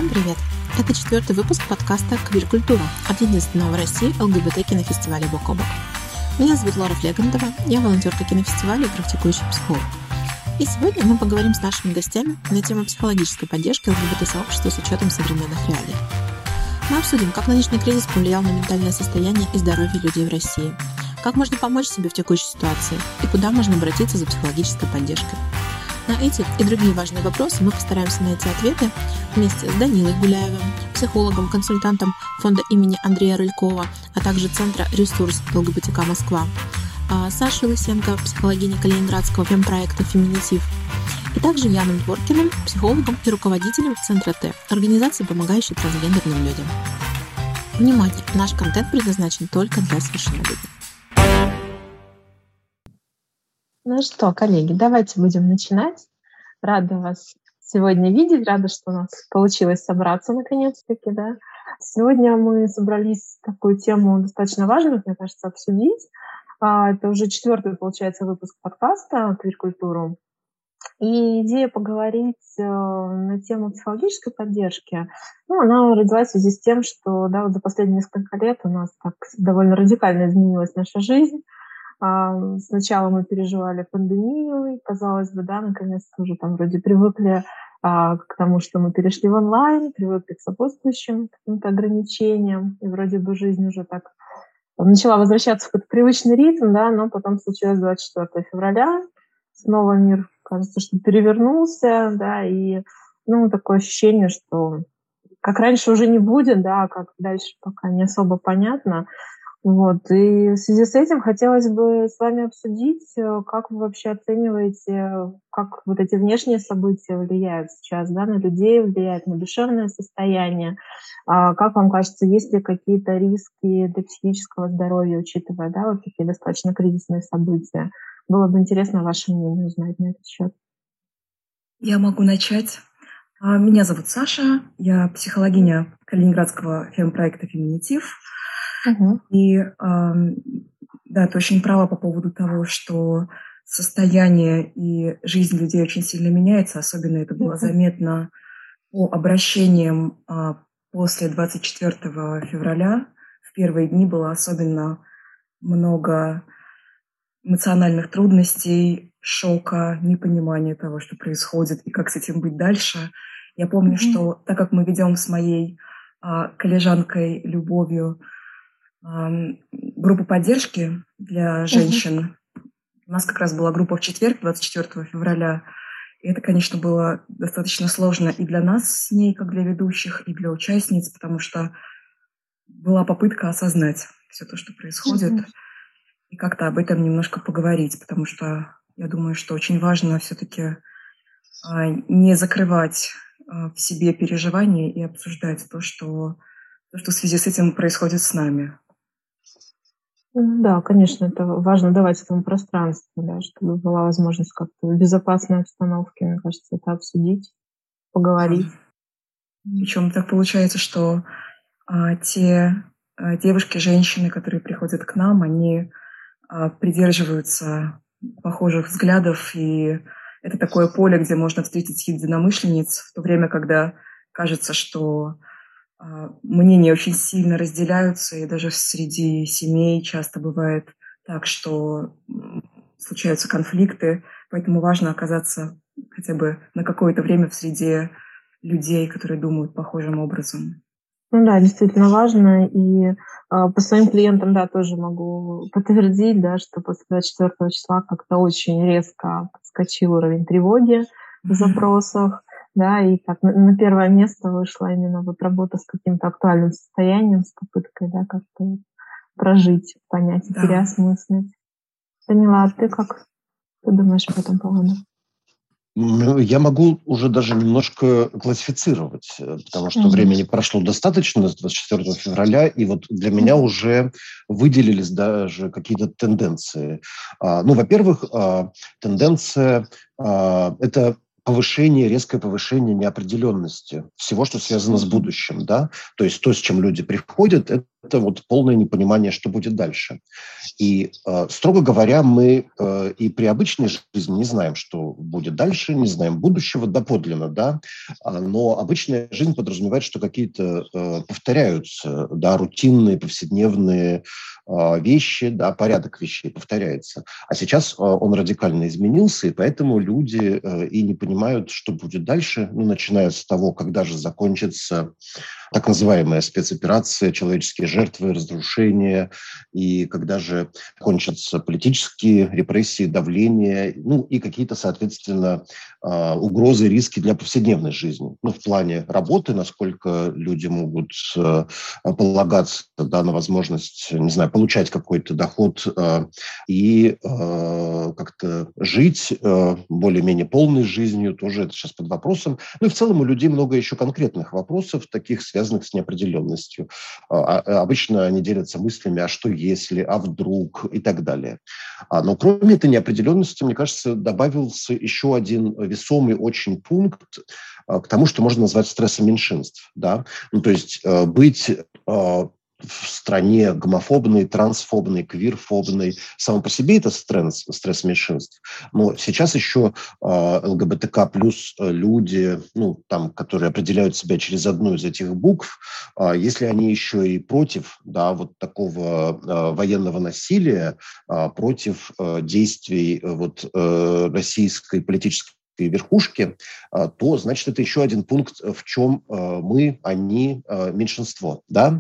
Всем привет! Это 4-й выпуск подкаста «Квир-культура» от единственного в России ЛГБТ-кинофестиваля «Бок о бок». Меня зовут Лора Флегантова, я волонтерка кинофестиваля и практикующий психолог. И сегодня мы поговорим с нашими гостями на тему психологической поддержки ЛГБТ-сообщества с учетом современных реалий. Мы обсудим, как нынешний кризис повлиял на ментальное состояние и здоровье людей в России, как можно помочь себе в текущей ситуации и куда можно обратиться за психологической поддержкой. На эти и другие важные вопросы мы постараемся найти ответы вместе с Данилой Гуляевым, психологом, консультантом фонда имени Андрея Рылькова, а также Центра «Ресурс ЛГБТК Москва», Сашей Лысенко, психологиней Калининградского фемпроекта «Феминитив», и также Яном Дворкиным, психологом и руководителем Центра Т, организации, помогающей трансгендерным людям. Внимание! Наш контент предназначен только для совершеннолетних. Ну что, коллеги, давайте будем начинать. Рада вас сегодня видеть, рада, что у нас получилось собраться наконец-таки, да. Сегодня мы собрались такую тему достаточно важную, мне кажется, обсудить. Это уже 4-й, получается, выпуск подкаста «Квир-культуру». И идея поговорить на тему психологической поддержки, она родилась в связи с тем, что вот за последние несколько лет у нас так довольно радикально изменилась наша жизнь. Сначала мы переживали пандемию, и, казалось бы, наконец-то уже там вроде привыкли к тому, что мы перешли в онлайн, привыкли к сопутствующим каким-то ограничениям, и вроде бы жизнь уже так начала возвращаться в какой-то привычный ритм, но потом случилось 24 февраля, снова мир, кажется, что перевернулся, и такое ощущение, что как раньше уже не будет, как дальше пока не особо понятно. И в связи с этим хотелось бы с вами обсудить, как вы вообще оцениваете, как вот эти внешние события влияют сейчас на людей, влияют на душевное состояние. Как вам кажется, есть ли какие-то риски для психического здоровья, учитывая вот такие достаточно кризисные события? Было бы интересно ваше мнение узнать на этот счет. Я могу начать. Меня зовут Саша, я психологиня Калининградского фемпроекта «Феминитив». И ты очень права по поводу того, что состояние и жизнь людей очень сильно меняется. Особенно это было заметно по обращениям после 24 февраля. В первые дни было особенно много эмоциональных трудностей, шока, непонимания того, что происходит и как с этим быть дальше. Я помню, что так как мы ведем с моей коллежанкой Любовью группу поддержки для женщин. У нас как раз была группа в четверг, 24 февраля. И это, конечно, было достаточно сложно и для нас с ней, как для ведущих, и для участниц, потому что была попытка осознать все то, что происходит, и как-то об этом немножко поговорить, потому что я думаю, что очень важно все-таки не закрывать в себе переживания и обсуждать то, что в связи с этим происходит с нами. Да, конечно, это важно давать этому пространство, чтобы была возможность как-то в безопасной обстановке, мне кажется, это обсудить, поговорить. Причем так получается, что те девушки, женщины, которые приходят к нам, они придерживаются похожих взглядов, и это такое поле, где можно встретить единомышленниц, в то время, когда кажется, что мнения очень сильно разделяются, и даже среди семей часто бывает так, что случаются конфликты, поэтому важно оказаться хотя бы на какое-то время в среде людей, которые думают похожим образом. Действительно важно, и по своим клиентам, тоже могу подтвердить, что после 24 числа как-то очень резко подскочил уровень тревоги в запросах. И так на первое место вышла именно работа с каким-то актуальным состоянием, с попыткой, как-то прожить, понять и переосмыслить. Данила, а ты как? Ты думаешь по этому поводу? Я могу уже даже немножко классифицировать, потому что времени прошло достаточно с 24 февраля, и вот для меня уже выделились даже какие-то тенденции. Во-первых, тенденция – это резкое повышение неопределенности всего, что связано с будущим, То есть то, с чем люди приходят, это это вот полное непонимание, что будет дальше. И, строго говоря, мы и при обычной жизни не знаем, что будет дальше, не знаем будущего доподлинно, да, но обычная жизнь подразумевает, что какие-то повторяются, да, рутинные, повседневные вещи, да, порядок вещей повторяется. А сейчас он радикально изменился, и поэтому люди и не понимают, что будет дальше, ну, начиная с того, когда же закончится так называемая спецоперация, человеческие жертвы, разрушения, и когда же кончатся политические репрессии, давление, ну и какие-то, соответственно, угрозы, риски для повседневной жизни. Ну, в плане работы, насколько люди могут полагаться, да, на возможность, не знаю, получать какой-то доход и как-то жить более-менее полной жизнью, тоже это сейчас под вопросом. Ну и в целом у людей много еще конкретных вопросов, таких связанных с неопределенностью. Обычно они делятся мыслями, а что если, а вдруг и так далее. Но кроме этой неопределенности, мне кажется, добавился еще один весомый очень пункт к тому, что можно назвать стрессом меньшинств. Да? Ну, то есть быть в стране гомофобной, трансфобной, квирфобной. Само по себе это стресс меньшинств. Но сейчас еще ЛГБТК плюс люди, ну, там, которые определяют себя через одну из этих букв, если они еще и против, да, вот такого военного насилия, против действий вот, российской политической верхушки, то, значит, это еще один пункт, в чем мы, они, меньшинство, да.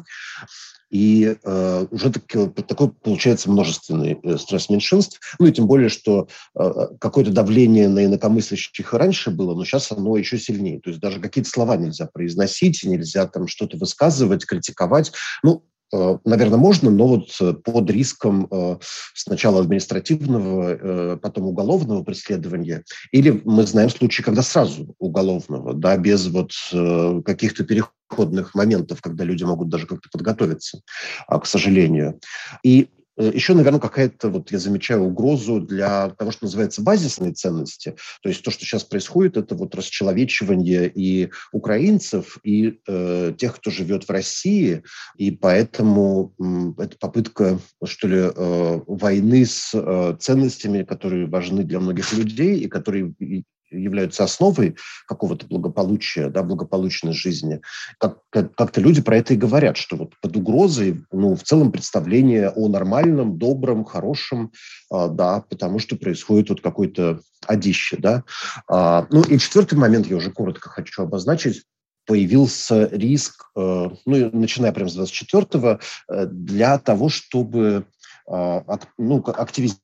И уже такой получается множественный стресс меньшинств. Ну и тем более, что какое-то давление на инакомыслящих и раньше было, но сейчас оно еще сильнее. То есть даже какие-то слова нельзя произносить, нельзя там что-то высказывать, критиковать. Ну, наверное, можно, но вот под риском сначала административного, потом уголовного преследования. Или мы знаем случаи, когда сразу уголовного, да, без вот каких-то переходных моментов, когда люди могут даже как-то подготовиться, к сожалению. И еще, наверное, какая-то, вот я замечаю, угрозу для того, что называется базисные ценности. То есть то, что сейчас происходит, это вот расчеловечивание и украинцев, и тех, кто живет в России. И поэтому это попытка, что ли, войны с ценностями, которые важны для многих людей и которые являются основой какого-то благополучия, да, благополучной жизни. Как-то люди про это и говорят, что вот под угрозой, ну, в целом представление о нормальном, добром, хорошем, да, потому что происходит вот какое-то одище, да. Ну и четвертый момент я уже коротко хочу обозначить. Появился риск, ну, начиная прямо с 24-го, для того, чтобы активизировать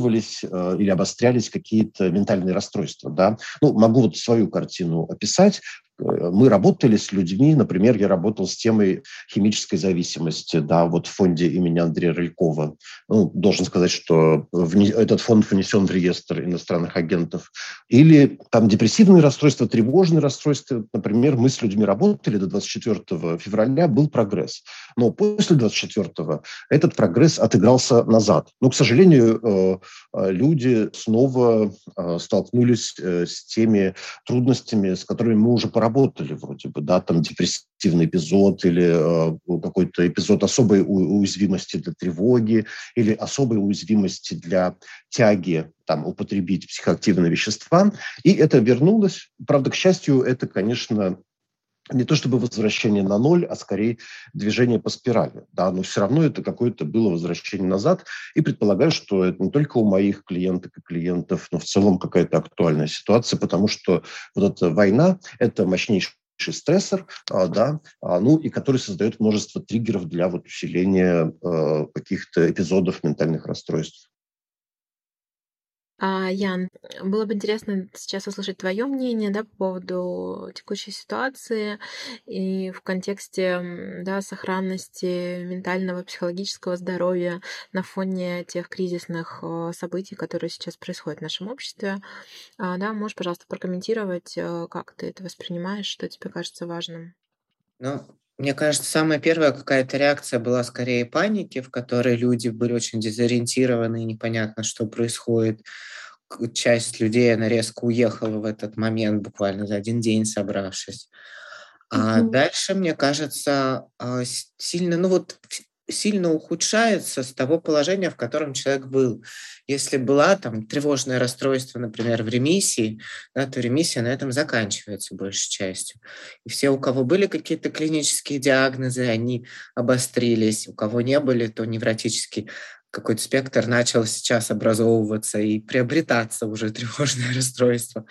или обострялись какие-то ментальные расстройства. Да? Ну, могу вот свою картину описать. Мы работали с людьми, например, я работал с темой химической зависимости, да, вот в фонде имени Андрея Рылькова. Ну, должен сказать, что этот фонд внесен в реестр иностранных агентов. Или там депрессивные расстройства, тревожные расстройства. Например, мы с людьми работали до 24 февраля, был прогресс. Но после 24-го этот прогресс отыгрался назад. Но, к сожалению, люди снова столкнулись с теми трудностями, с которыми мы уже поработали вроде бы, да, там депрессивный эпизод или какой-то эпизод особой уязвимости для тревоги или особой уязвимости для тяги там, употребить психоактивные вещества. И это вернулось. Правда, к счастью, это, конечно, не то чтобы возвращение на ноль, а скорее движение по спирали. Да? Но все равно это какое-то было возвращение назад. И предполагаю, что это не только у моих клиенток и клиентов, но в целом какая-то актуальная ситуация, потому что вот эта война – это мощнейший стрессор, да, ну и который создает множество триггеров для вот усиления каких-то эпизодов ментальных расстройств. Ян, было бы интересно сейчас услышать твое мнение, да, по поводу текущей ситуации и в контексте, да, сохранности ментального, психологического здоровья на фоне тех кризисных событий, которые сейчас происходят в нашем обществе. Да, можешь, пожалуйста, прокомментировать, как ты это воспринимаешь, что тебе кажется важным? Ну, мне кажется, самая первая какая-то реакция была скорее паники, в которой люди были очень дезориентированы и непонятно, что происходит. Часть людей, она резко уехала в этот момент, буквально за один день собравшись. А дальше, мне кажется, сильно, ну вот сильно ухудшается с того положения, в котором человек был. Если была там тревожное расстройство, например, в ремиссии, да, то ремиссия на этом заканчивается большей частью. И все, у кого были какие-то клинические диагнозы, они обострились. У кого не были, то невротический какой-то спектр начал сейчас образовываться и приобретаться уже тревожное расстройство.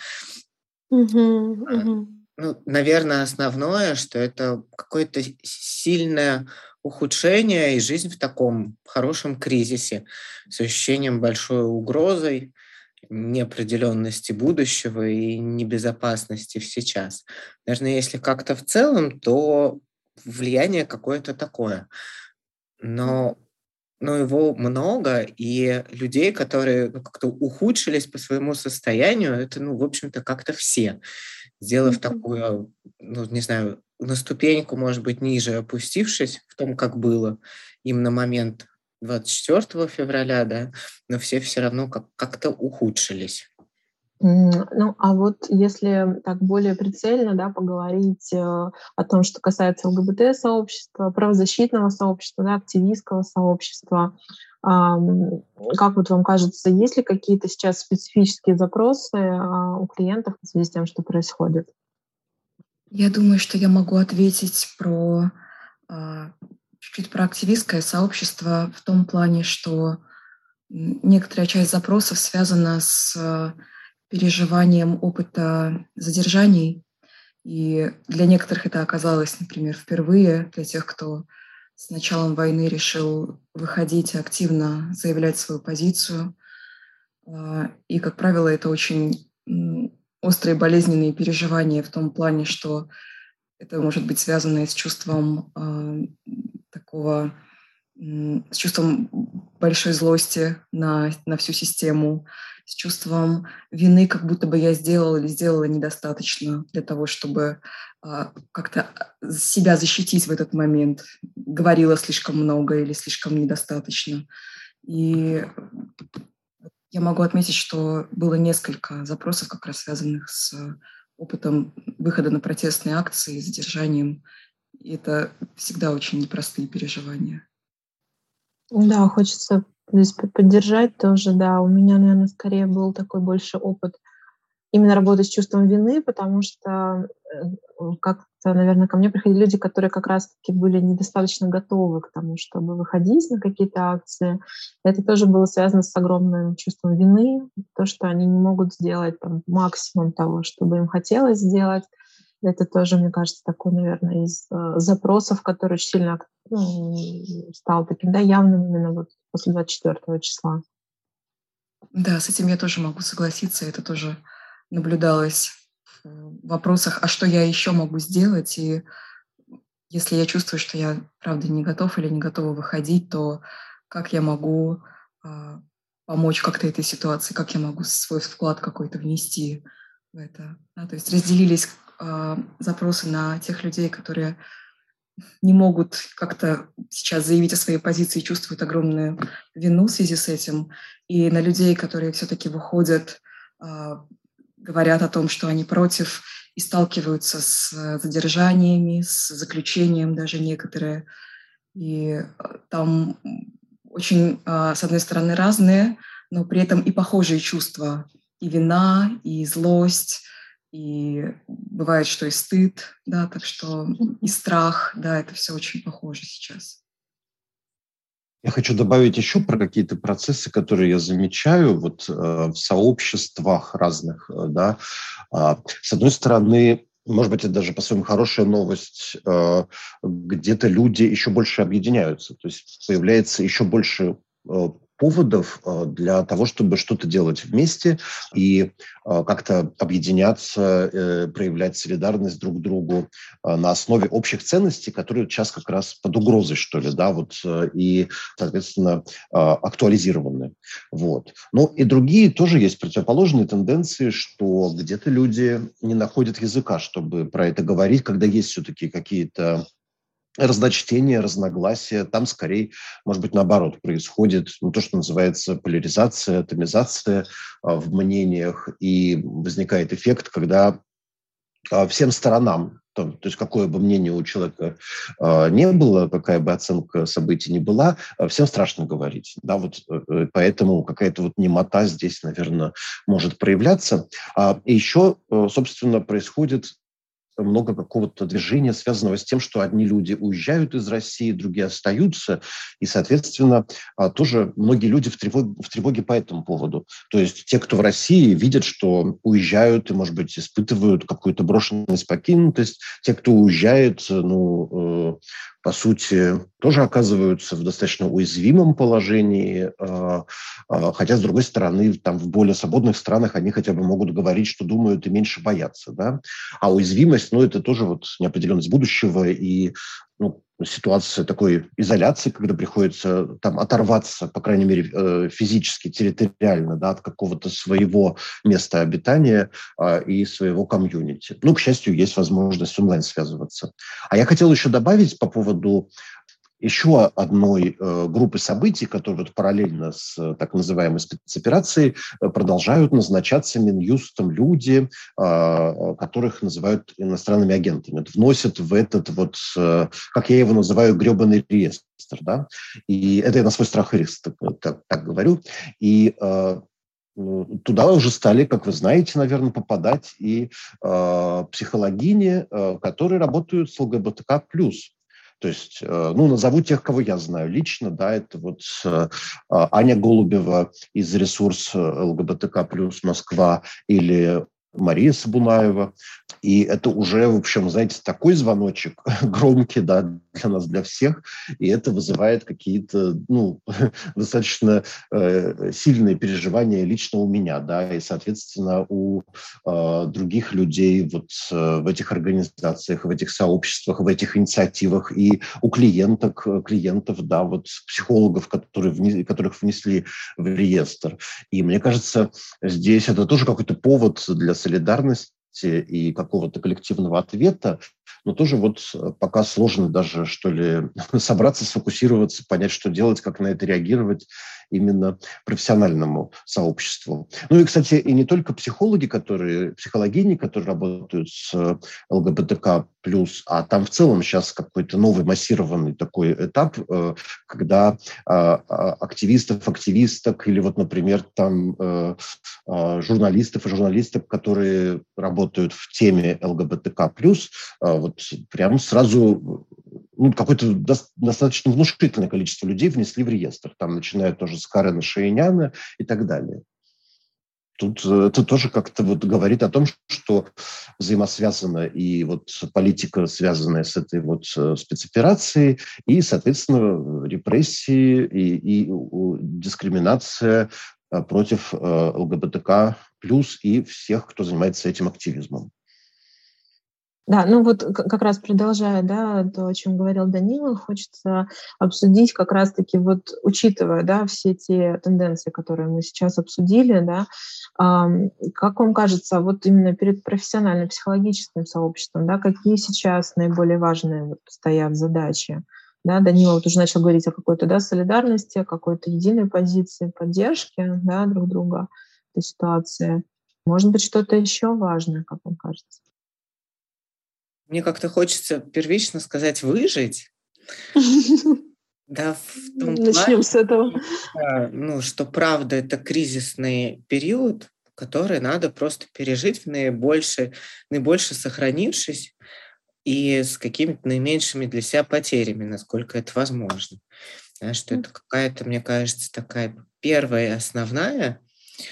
Ну, наверное, основное, что это какое-то сильное ухудшение и жизнь в таком хорошем кризисе с ощущением большой угрозой, неопределенности будущего и небезопасности в сейчас. Наверное, если как-то в целом, то влияние какое-то такое. Но его много, и людей, которые как-то ухудшились по своему состоянию, это, в общем-то, как-то все. Сделав такую, не знаю, на ступеньку, может быть, ниже опустившись в том, как было им на момент 24 февраля, да, но все равно как-то ухудшились. Ну, а вот если так более прицельно, да, поговорить о том, что касается ЛГБТ-сообщества, правозащитного сообщества, да, активистского сообщества, как вот вам кажется, есть ли какие-то сейчас специфические запросы у клиентов в связи с тем, что происходит? Я думаю, что я могу ответить чуть-чуть про активистское сообщество в том плане, что некоторая часть запросов связана с переживанием опыта задержаний. И для некоторых это оказалось, например, впервые, для тех, кто с началом войны решил выходить и активно заявлять свою позицию. И, как правило, это очень острые болезненные переживания в том плане, что это может быть связано с чувством с чувством большой злости на всю систему, с чувством вины, как будто бы я сделала или сделала недостаточно для того, чтобы как-то себя защитить в этот момент. Говорила слишком много или слишком недостаточно. И я могу отметить, что было несколько запросов, как раз связанных с опытом выхода на протестные акции, задержанием. И это всегда очень непростые переживания. Да, хочется здесь поддержать тоже, да. У меня, наверное, скорее был такой больше опыт именно работы с чувством вины, потому что как-то, наверное, ко мне приходили люди, которые как раз-таки были недостаточно готовы к тому, чтобы выходить на какие-то акции. Это тоже было связано с огромным чувством вины, то, что они не могут сделать там максимум того, что бы им хотелось сделать. Это тоже, мне кажется, такой, наверное, из запросов, который очень сильно стал таким, да, явным именно вот после 24 числа. Да, с этим я тоже могу согласиться. Это тоже наблюдалось в вопросах, а что я еще могу сделать? И если я чувствую, что я, правда, не готов или не готова выходить, то как я могу помочь как-то этой ситуации, как я могу свой вклад какой-то внести в это. Да? То есть разделились запросы на тех людей, которые не могут как-то сейчас заявить о своей позиции и чувствуют огромную вину в связи с этим, и на людей, которые все-таки выходят, говорят о том, что они против и сталкиваются с задержаниями, с заключением даже некоторые. И там очень, с одной стороны, разные, но при этом и похожие чувства. И вина, и злость, и бывает, что и стыд, да, так что и страх, да, это все очень похоже сейчас. Я хочу добавить еще про какие-то процессы, которые я замечаю вот в сообществах разных, да. С одной стороны, может быть, это даже по-своему хорошая новость, где-то люди еще больше объединяются, то есть появляется еще больше поводов для того, чтобы что-то делать вместе и как-то объединяться, проявлять солидарность друг к другу на основе общих ценностей, которые сейчас как раз под угрозой, что ли, да, вот, и, соответственно, актуализированы. Вот. Ну и другие тоже есть противоположные тенденции, что где-то люди не находят языка, чтобы про это говорить, когда есть все-таки какие-то разночтения, разногласия. Там скорее, может быть, наоборот, происходит то, что называется поляризация, атомизация в мнениях, и возникает эффект, когда всем сторонам то есть какое бы мнение у человека не было, какая бы оценка событий не была, всем страшно говорить. Да, вот, поэтому какая-то вот немота здесь, наверное, может проявляться. И еще, собственно, происходит много какого-то движения, связанного с тем, что одни люди уезжают из России, другие остаются, и, соответственно, тоже многие люди в тревоге по этому поводу. То есть те, кто в России, видят, что уезжают и, может быть, испытывают какую-то брошенность, покинутость. Те, кто уезжает, по сути, тоже оказываются в достаточно уязвимом положении, хотя, с другой стороны, там в более свободных странах они хотя бы могут говорить, что думают, и меньше боятся, да? А уязвимость, это тоже вот неопределенность будущего и ситуация такой изоляции, когда приходится там оторваться, по крайней мере, физически, территориально, да, от какого-то своего места обитания и своего комьюнити. К счастью, есть возможность онлайн связываться. А я хотел еще добавить по поводу еще одной группы событий, которые вот параллельно с так называемой спецоперацией продолжают назначаться Минюстом люди, которых называют иностранными агентами. Вносят в этот вот, как я его называю, гребаный реестр. Да? И это я на свой страх и риск так говорю. И туда уже стали, как вы знаете, наверное, попадать и психологини, которые работают с ЛГБТК+. То есть, назову тех, кого я знаю лично, да, это вот Аня Голубева из ресурса ЛГБТК плюс Москва или Мария Сабунаева. И это уже, в общем, знаете, такой звоночек громкий, да, для нас, для всех, и это вызывает какие-то, достаточно сильные переживания лично у меня, да, и, соответственно, у других людей вот в этих организациях, в этих сообществах, в этих инициативах, и у клиентов, да, вот психологов, которых внесли в реестр. И мне кажется, здесь это тоже какой-то повод для солидарности и какого-то коллективного ответа, но тоже вот пока сложно даже, что ли, собраться, сфокусироваться, понять, что делать, как на это реагировать именно профессиональному сообществу. И, кстати, и не только психологини, которые работают с ЛГБТК+, а там в целом сейчас какой-то новый массированный такой этап, когда активисток или вот, например, там журналистов и журналисток, которые работают в теме ЛГБТК+, вот прям сразу какое-то достаточно внушительное количество людей внесли в реестр. Там начиная тоже с Карена Шейняна и так далее. Тут это тоже как-то вот говорит о том, что взаимосвязана и вот политика, связанная с этой вот спецоперацией, и, соответственно, репрессии и дискриминация против ЛГБТК+, и всех, кто занимается этим активизмом. Да, вот как раз продолжая, да, то, о чем говорил Данила, хочется обсудить как раз-таки вот, учитывая, да, все те тенденции, которые мы сейчас обсудили, да, как вам кажется, вот именно перед профессиональным психологическим сообществом, да, какие сейчас наиболее важные вот стоят задачи? Да, Данила вот уже начал говорить о какой-то, да, солидарности, о какой-то единой позиции поддержки, да, друг друга в этой ситуации. Может быть, что-то еще важное, как вам кажется? Мне как-то хочется первично сказать «выжить». Да, в том Начнем с этого. что правда это кризисный период, который надо просто пережить наибольше сохранившись и с какими-то наименьшими для себя потерями, насколько это возможно. Что это какая-то, мне кажется, такая первая и основная,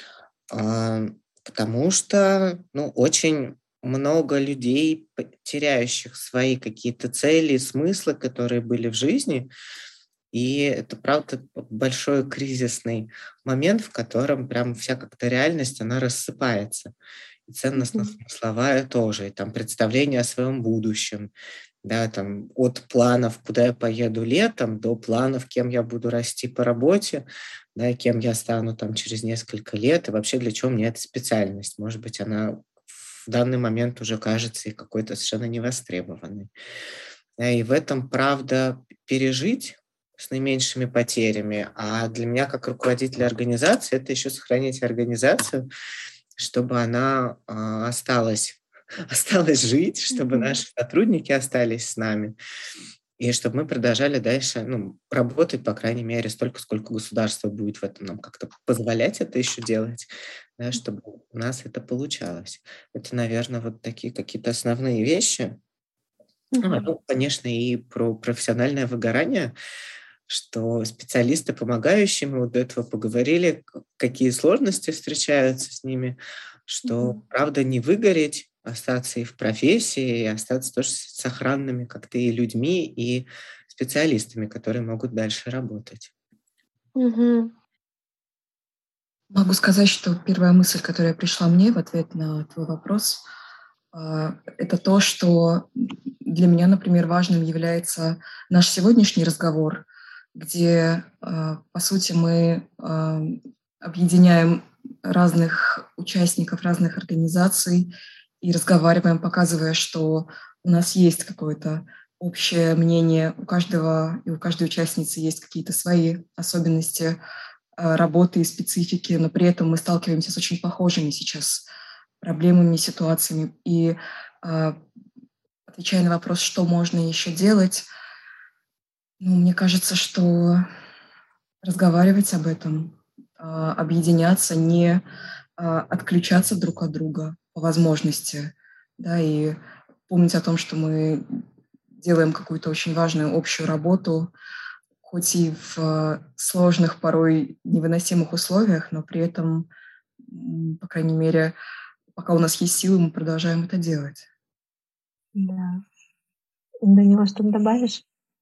потому что, очень много людей, теряющих свои какие-то цели и смыслы, которые были в жизни. И это, правда, большой кризисный момент, в котором прям вся как-то реальность, она рассыпается. И ценностно-смысловая тоже. И там представление о своем будущем. Да, там от планов, куда я поеду летом, до планов, кем я буду расти по работе, да, кем я стану там через несколько лет, и вообще для чего мне эта специальность. Может быть, она в данный момент уже кажется и какой-то совершенно невостребованной. И в этом, правда, пережить с наименьшими потерями. А для меня, как руководителя организации, это еще сохранить организацию, чтобы она осталась осталось жить, чтобы наши сотрудники остались с нами, и чтобы мы продолжали дальше работать, по крайней мере, столько, сколько государство будет в этом нам как-то позволять это еще делать, да, чтобы у нас это получалось. Это, наверное, вот такие какие-то основные вещи. Конечно, и про профессиональное выгорание, что специалисты помогающие, мы вот до этого поговорили, какие сложности встречаются с ними, что, правда, не выгореть, остаться и в профессии, и остаться тоже сохранными как-то и людьми, и специалистами, которые могут дальше работать. Мгм. Могу сказать, что первая мысль, которая пришла мне в ответ на твой вопрос, это то, что для меня, например, важным является наш сегодняшний разговор, где, по сути, мы объединяем разных участников, разных организаций и разговариваем, показывая, что у нас есть какое-то общее мнение, у каждого и у каждой участницы есть какие-то свои особенности работы и специфики, но при этом мы сталкиваемся с очень похожими сейчас проблемами, ситуациями. И отвечая на вопрос, что можно еще делать, мне кажется, что разговаривать об этом, объединяться, не отключаться друг от друга по возможности, да, и помнить о том, что мы делаем какую-то очень важную общую работу, хоть и в сложных, порой невыносимых условиях, но при этом, по крайней мере, пока у нас есть силы, мы продолжаем это делать. Да. Данила, что-то добавишь?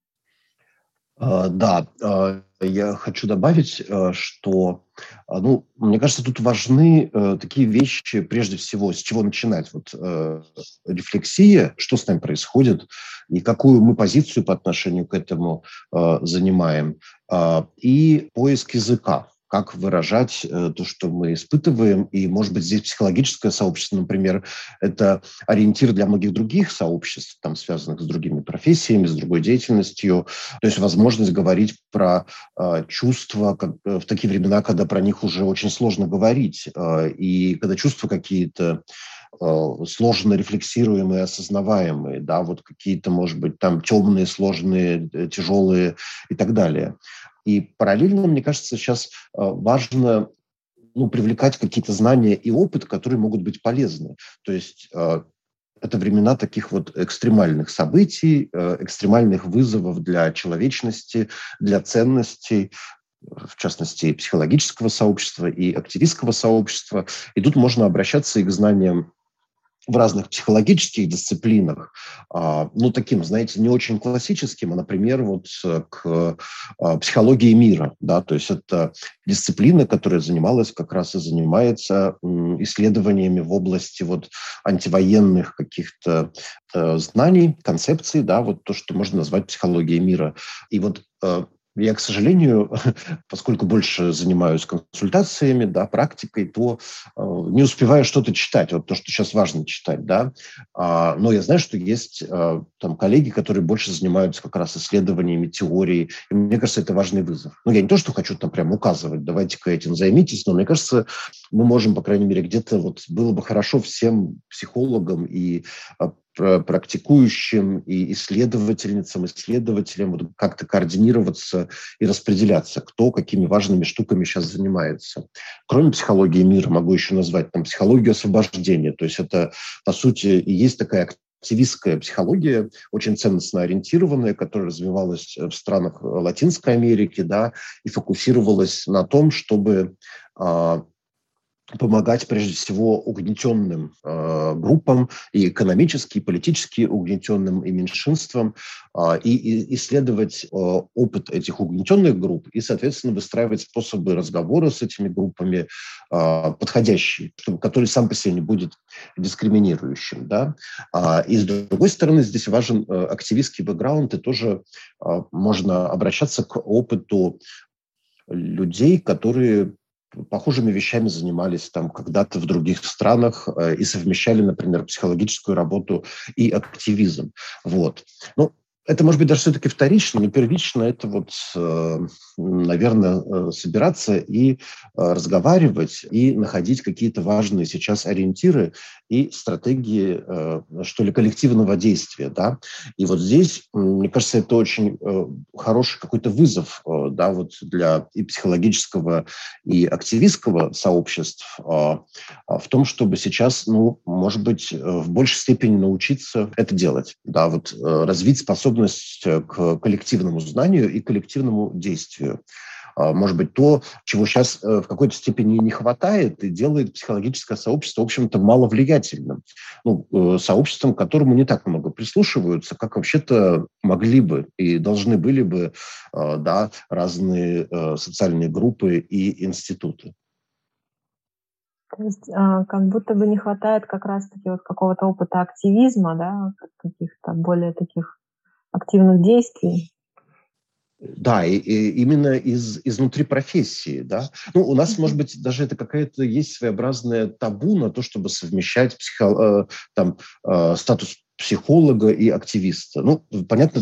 Да, я хочу добавить, что, мне кажется, тут важны такие вещи, прежде всего, с чего начинать. Вот рефлексия, что с нами происходит, и какую мы позицию по отношению к этому занимаем, и поиск языка. Как выражать то, что мы испытываем. И, может быть, здесь психологическое сообщество, например, это ориентир для многих других сообществ, там, связанных с другими профессиями, с другой деятельностью. То есть возможность говорить про чувства в такие времена, когда про них уже очень сложно говорить. И когда чувства какие-то сложно рефлексируемые, осознаваемые, да, вот какие-то, может быть, там темные, сложные, тяжелые и так далее. И параллельно, мне кажется, сейчас важно привлекать какие-то знания и опыт, которые могут быть полезны. То есть это времена таких вот экстремальных событий, экстремальных вызовов для человечности, для ценностей, в частности, и психологического сообщества, и активистского сообщества. И тут можно обращаться и к знаниям в разных психологических дисциплинах, таким, знаете, не очень классическим, а, например, вот к психологии мира, да, то есть это дисциплина, которая занималась как раз и занимается исследованиями в области вот антивоенных каких-то знаний, концепций, да, вот то, что можно назвать психологией мира. И вот я, к сожалению, поскольку больше занимаюсь консультациями, да, практикой, то не успеваю что-то читать, вот то, что сейчас важно читать, да. Но я знаю, что есть там коллеги, которые больше занимаются как раз исследованиями теории, и мне кажется, это важный вызов. Я не то, что хочу там прям указывать, давайте-ка этим займитесь, но мне кажется, мы можем, по крайней мере, где-то вот было бы хорошо всем психологам и практикующим и исследовательницам, исследователям вот как-то координироваться и распределяться, кто какими важными штуками сейчас занимается. Кроме психологии мира могу еще назвать там психологию освобождения. То есть это, по сути, и есть такая активистская психология, очень ценностно ориентированная, которая развивалась в странах Латинской Америки, да, и фокусировалась на том, чтобы помогать прежде всего угнетенным группам, и экономически, и политически угнетенным, и меньшинствам, и исследовать опыт этих угнетенных групп и, соответственно, выстраивать способы разговора с этими группами подходящие, который сам по себе не будет дискриминирующим. Да? И, с другой стороны, здесь важен активистский бэкграунд, и тоже можно обращаться к опыту людей, которые похожими вещами занимались там когда-то в других странах и совмещали, например, психологическую работу и активизм. Вот. Это может быть даже все-таки вторично, но первично это вот, наверное, собираться и разговаривать, и находить какие-то важные сейчас ориентиры и стратегии, что ли, коллективного действия, да. И вот здесь, мне кажется, это очень хороший какой-то вызов, да, вот для и психологического, и активистского сообществ в том, чтобы сейчас, ну, может быть, в большей степени научиться это делать, да, вот развить способность к коллективному знанию и коллективному действию. Может быть, то, чего сейчас в какой-то степени не хватает и делает психологическое сообщество, в общем-то, маловлиятельным. Ну, сообществом, к которому не так много прислушиваются, как вообще-то могли бы и должны были бы, да, разные социальные группы и институты. То есть как будто бы не хватает как раз-таки вот какого-то опыта активизма, да, каких-то более таких активных действий. Да, и именно изнутри профессии, да. Ну, у нас, может быть, даже это какая-то есть своеобразное табу на то, чтобы совмещать статус психолога и активиста. Ну, понятно,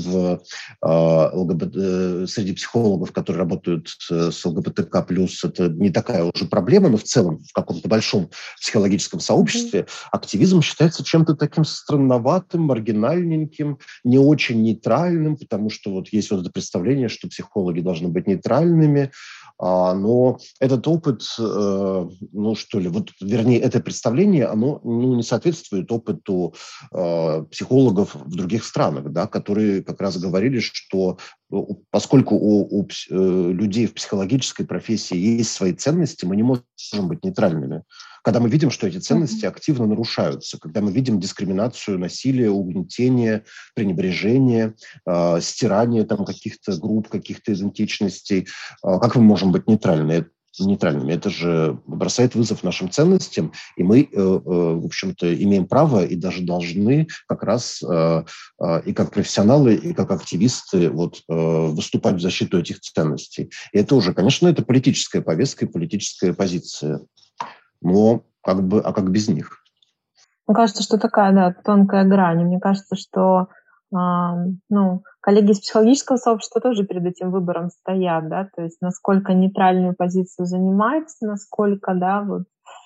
среди психологов, которые работают с ЛГБТК+, это не такая уже проблема, но в целом в каком-то большом психологическом сообществе активизм считается чем-то таким странноватым, маргинальненьким, не очень нейтральным, потому что вот есть вот это представление, что психологи должны быть нейтральными, но этот опыт, ну что ли, вот, вернее, это представление, оно не соответствует опыту психологов в других странах, да, которые как раз говорили, что поскольку у людей в психологической профессии есть свои ценности, мы не можем быть нейтральными. Когда мы видим, что эти ценности активно нарушаются, когда мы видим дискриминацию, насилие, угнетение, пренебрежение, стирание там каких-то групп, каких-то идентичностей, как мы можем быть нейтральными? Это же бросает вызов нашим ценностям, и мы, в общем-то, имеем право и даже должны как раз и как профессионалы, и как активисты вот, выступать в защиту этих ценностей. И это уже, конечно, это политическая повестка и политическая позиция. Но как без них? Мне кажется, что такая, да, тонкая грань. Мне кажется, что коллеги из психологического сообщества тоже перед этим выбором стоят, да, то есть насколько нейтральную позицию занимать, насколько, да, вот,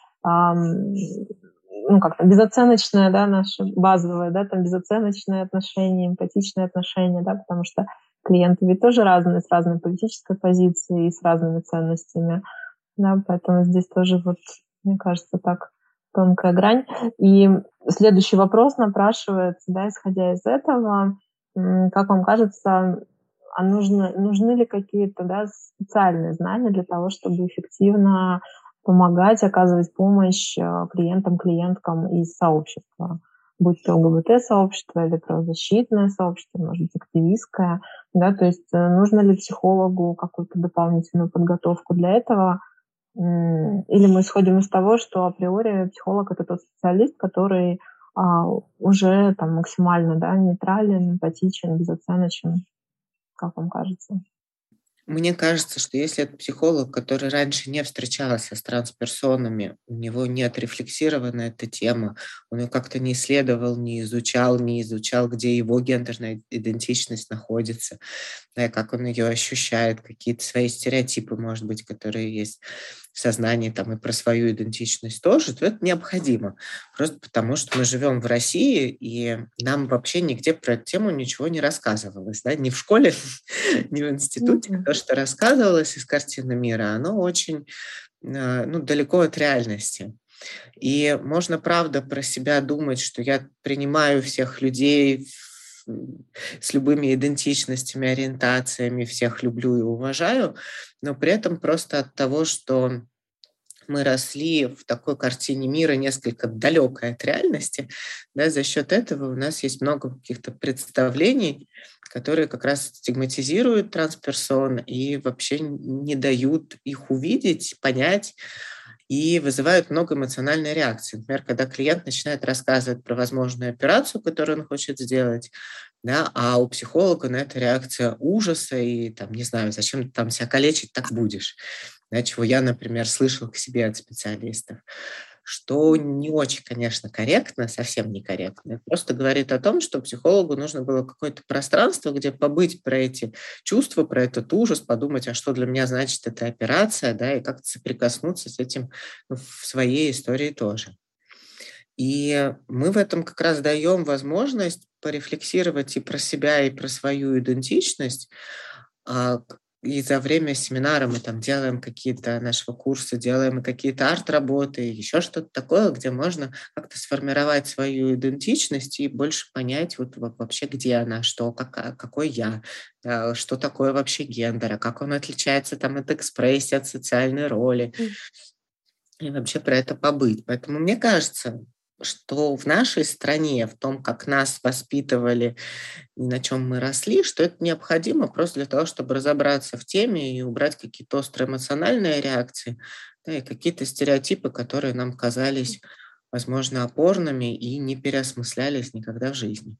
как-то безоценочное, да, наше базовое, да, там безоценочное отношение, эмпатичное отношение, да, потому что клиенты ведь тоже разные, с разной политической позицией и с разными ценностями, да, поэтому здесь тоже вот, мне кажется, так тонкая грань. И следующий вопрос напрашивается, да, исходя из этого, как вам кажется, нужны ли какие-то, да, специальные знания для того, чтобы эффективно помогать, оказывать помощь клиентам, клиенткам из сообщества, будь то ЛГБТ-сообщество или правозащитное сообщество, может быть, активистское, да, то есть нужно ли психологу какую-то дополнительную подготовку для этого, или мы исходим из того, что априори психолог — это тот специалист, который уже там максимально, да, нейтрален, эмпатичен, безоценочен, как вам кажется? Мне кажется, что если это психолог, который раньше не встречался с трансперсонами, у него не отрефлексирована эта тема, он ее как-то не исследовал, не изучал, где его гендерная идентичность находится, да, как он ее ощущает, какие-то свои стереотипы, может быть, которые есть в сознании там, и про свою идентичность тоже, то это необходимо. Просто потому, что мы живем в России, и нам вообще нигде про эту тему ничего не рассказывалось. Да? Ни в школе, ни в институте. То, что рассказывалось из картины мира, оно очень далеко от реальности. И можно, правда, про себя думать, что я принимаю всех людей с любыми идентичностями, ориентациями, всех люблю и уважаю, но при этом просто от того, что мы росли в такой картине мира несколько далекой от реальности, да, за счет этого у нас есть много каких-то представлений, которые как раз стигматизируют трансперсон и вообще не дают их увидеть, понять, и вызывают много эмоциональной реакции. Например, когда клиент начинает рассказывать про возможную операцию, которую он хочет сделать, да, а у психолога на это реакция ужаса и, там, не знаю, зачем ты там себя калечить так будешь, да, чего я, например, слышал к себе от специалистов. что не очень, конечно, корректно, совсем некорректно. Это просто говорит о том, что психологу нужно было какое-то пространство, где побыть про эти чувства, про этот ужас, подумать, а что для меня значит эта операция, да, и как-то соприкоснуться с этим в своей истории тоже. И мы в этом как раз даем возможность порефлексировать и про себя, и про свою идентичность. И за время семинара мы там делаем какие-то нашего курса, делаем какие-то арт-работы, еще что-то такое, где можно как-то сформировать свою идентичность и больше понять вот вообще, где она, что, какой я, что такое вообще гендер, а как он отличается там от экспрессии, от социальной роли. И вообще про это побыть. Поэтому мне кажется, что в нашей стране, в том, как нас воспитывали и на чем мы росли, что это необходимо просто для того, чтобы разобраться в теме и убрать какие-то острые эмоциональные реакции, да, и какие-то стереотипы, которые нам казались, возможно, опорными и не переосмыслялись никогда в жизни.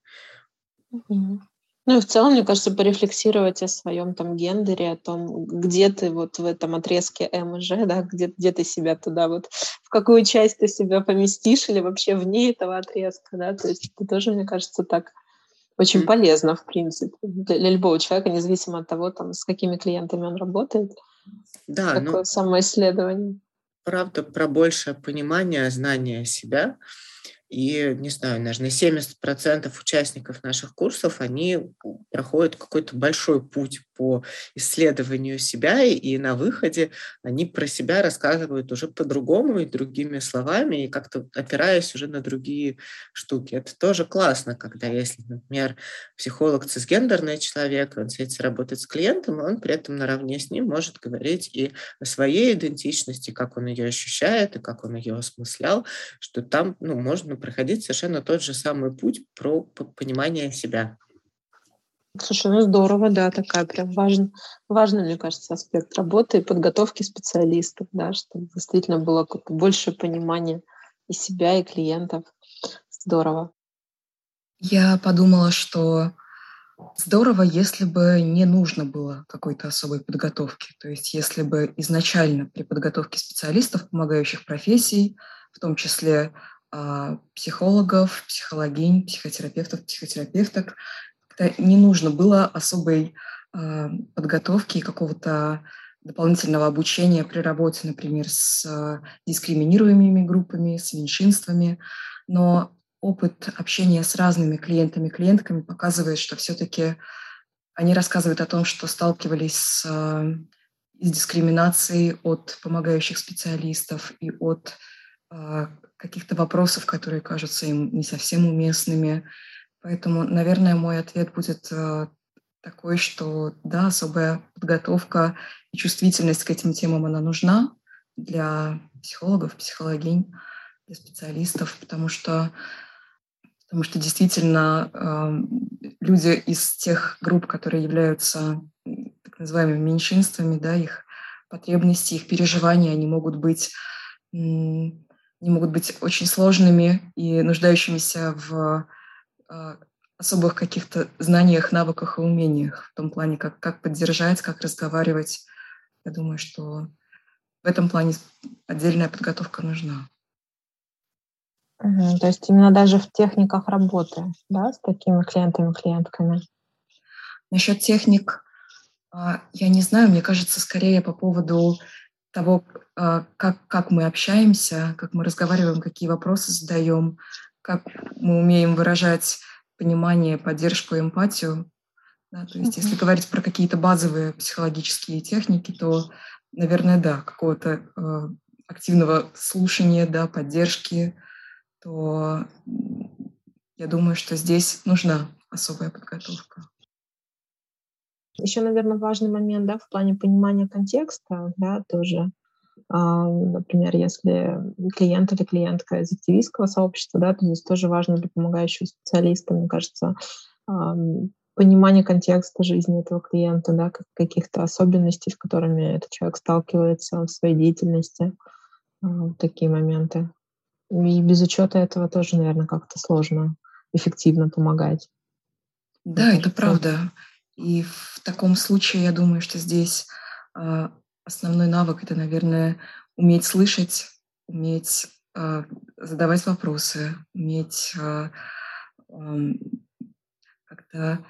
Ну и в целом, мне кажется, порефлексировать о своем там гендере, о том, где ты вот в этом отрезке М и Ж, да, где ты себя туда вот, в какую часть ты себя поместишь или вообще вне этого отрезка, да, то есть это тоже, мне кажется, так очень полезно, в принципе, для любого человека, независимо от того, там, с какими клиентами он работает. Да, такое самоисследование. Правда, про большее понимание, знание себя. И, не знаю, наверное, 70% участников наших курсов, они проходят какой-то большой путь по исследованию себя, и на выходе они про себя рассказывают уже по-другому и другими словами, и как-то опираясь уже на другие штуки. Это тоже классно, когда если, например, психолог цисгендерный человек, он садится работать с клиентом, он при этом наравне с ним может говорить и о своей идентичности, как он ее ощущает, и как он ее осмыслял, что там можно проходить совершенно тот же самый путь про понимание себя. Слушай, здорово, да, такая прям важный, мне кажется, аспект работы и подготовки специалистов, да, чтобы действительно было какое-то большее понимание и себя, и клиентов. Здорово. Я подумала, что здорово, если бы не нужно было какой-то особой подготовки. То есть если бы изначально при подготовке специалистов, помогающих профессий, в том числе психологов, психологинь, психотерапевтов, психотерапевток, не нужно было особой подготовки и какого-то дополнительного обучения при работе, например, с дискриминируемыми группами, с меньшинствами. Но опыт общения с разными клиентами, клиентками показывает, что все-таки они рассказывают о том, что сталкивались с дискриминацией от помогающих специалистов и от каких-то вопросов, которые кажутся им не совсем уместными. Поэтому, наверное, мой ответ будет такой, что да, особая подготовка и чувствительность к этим темам, она нужна для психологов, психологинь, для специалистов, потому что действительно люди из тех групп, которые являются так называемыми меньшинствами, да, их потребности, их переживания, они могут быть очень сложными и нуждающимися в особых каких-то знаниях, навыках и умениях в том плане, как поддержать, как разговаривать. Я думаю, что в этом плане отдельная подготовка нужна. То есть именно даже в техниках работы, да, с такими клиентами, клиентками? Насчет техник я не знаю, мне кажется, скорее по поводу того, как мы общаемся, как мы разговариваем, какие вопросы задаем, как мы умеем выражать понимание, поддержку, эмпатию. Да, то есть если говорить про какие-то базовые психологические техники, то, наверное, да, какого-то активного слушания, да, поддержки, то я думаю, что здесь нужна особая подготовка. Еще, наверное, важный момент, да, в плане понимания контекста, да, тоже. Например, если клиент или клиентка из активистского сообщества, да, то здесь тоже важно для помогающего специалиста, мне кажется, понимание контекста жизни этого клиента, да, каких-то особенностей, с которыми этот человек сталкивается в своей деятельности, такие моменты. И без учета этого тоже, наверное, как-то сложно эффективно помогать. Да, это правда. И в таком случае, я думаю, что здесь основной навык — это, наверное, уметь слышать, уметь задавать вопросы, уметь как-то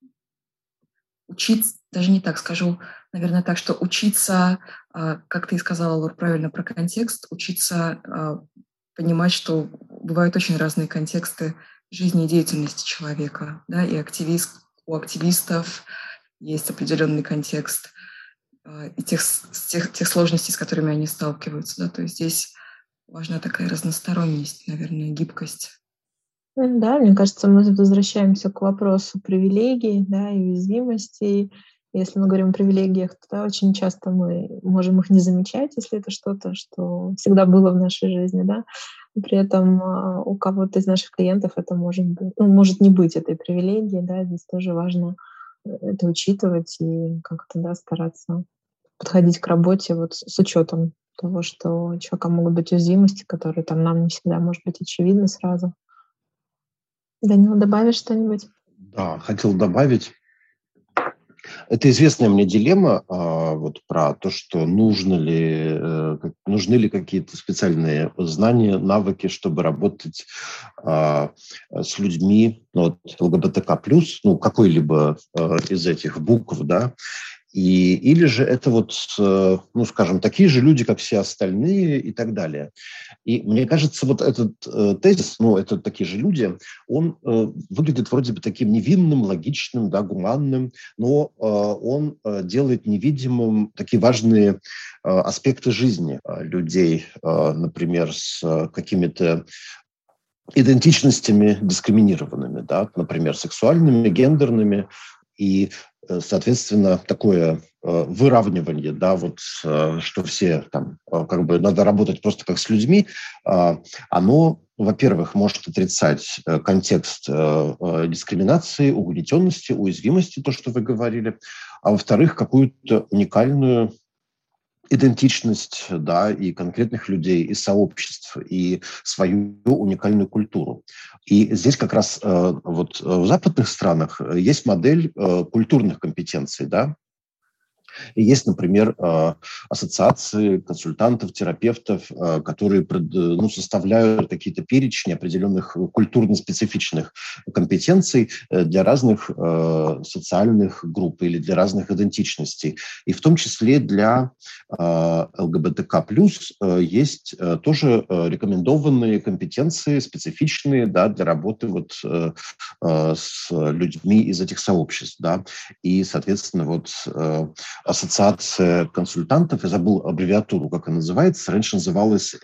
учиться, даже не так скажу, наверное, так, что учиться, как ты и сказала, Лор, правильно про контекст, учиться понимать, что бывают очень разные контексты жизни и деятельности человека, да, и у активистов есть определенный контекст и тех сложностей, с которыми они сталкиваются, да, то есть здесь важна такая разносторонность, наверное, гибкость. Да, мне кажется, мы возвращаемся к вопросу привилегий, да, и уязвимостей. Если мы говорим о привилегиях, то очень часто мы можем их не замечать, если это что-то, что всегда было в нашей жизни, да. И при этом у кого-то из наших клиентов это может быть, может не быть этой привилегии, да. Здесь тоже важно это учитывать и как-то, да, стараться подходить к работе вот с учетом того, что у человека могут быть уязвимости, которые там нам не всегда, может быть, очевидны сразу. Данил, добавишь что-нибудь? Да, хотел добавить. Это известная мне дилемма вот про то, что нужны ли какие-то специальные знания, навыки, чтобы работать с людьми, ЛГБТК+, какой-либо из этих букв, да, или же это скажем, такие же люди, как все остальные и так далее. И мне кажется, вот этот тезис, это такие же люди, он выглядит вроде бы таким невинным, логичным, да, гуманным, но он делает невидимым такие важные аспекты жизни людей, например, с какими-то идентичностями дискриминированными, да, например, сексуальными, гендерными, и, соответственно, такое выравнивание, да, что все там надо работать просто как с людьми, оно, во-первых, может отрицать контекст дискриминации, угнетенности, уязвимости, то, что вы говорили, а во-вторых, какую-то уникальную идентичность, да, и конкретных людей, и сообществ, и свою уникальную культуру. И здесь как раз в западных странах есть модель культурных компетенций, да. И есть, например, ассоциации консультантов, терапевтов, которые составляют какие-то перечни определенных культурно-специфичных компетенций для разных социальных групп или для разных идентичностей. И в том числе для ЛГБТК+, есть тоже рекомендованные компетенции, специфичные, да, для работы с людьми из этих сообществ. Да. И, соответственно, ассоциация консультантов, я забыл аббревиатуру, как она называется, раньше называлась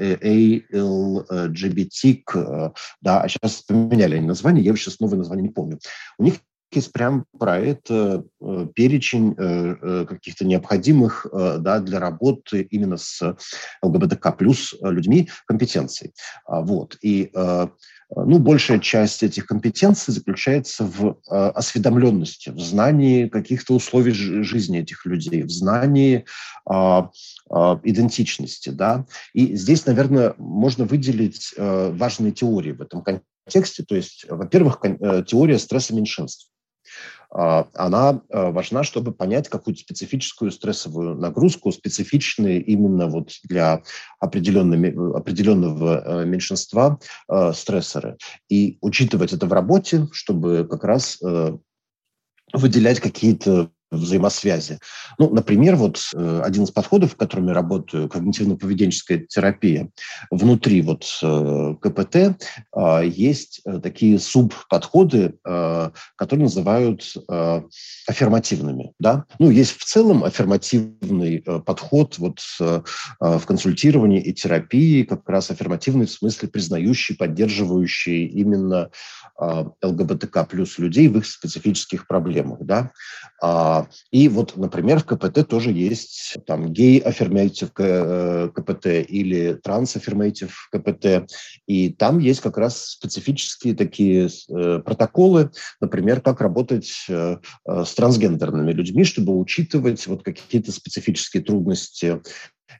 ALGBTIC, да, а сейчас поменяли они название, я сейчас новое название не помню. У них есть прям про это перечень каких-то необходимых, да, для работы именно с ЛГБТК плюс людьми компетенций. И большая часть этих компетенций заключается в осведомленности, в знании каких-то условий жизни этих людей, в знании идентичности. Да? И здесь, наверное, можно выделить важные теории в этом контексте. То есть, во-первых, теория стресса меньшинств. Она важна, чтобы понять какую-то специфическую стрессовую нагрузку, специфичные именно для определенного меньшинства стрессоры. И учитывать это в работе, чтобы как раз выделять какие-то взаимосвязи. Например, один из подходов, в котором я работаю, когнитивно-поведенческая терапия, внутри КПТ есть такие субподходы, которые называют аффирмативными. Да? Есть в целом аффирмативный подход в консультировании и терапии, как раз аффирмативный в смысле признающий, поддерживающий именно ЛГБТК плюс людей в их специфических проблемах. Да? И например, в КПТ тоже есть гей-аффирматив КПТ или транс-аффирматив КПТ. И там есть как раз специфические такие протоколы, например, как работать с трансгендерными людьми, чтобы учитывать какие-то специфические трудности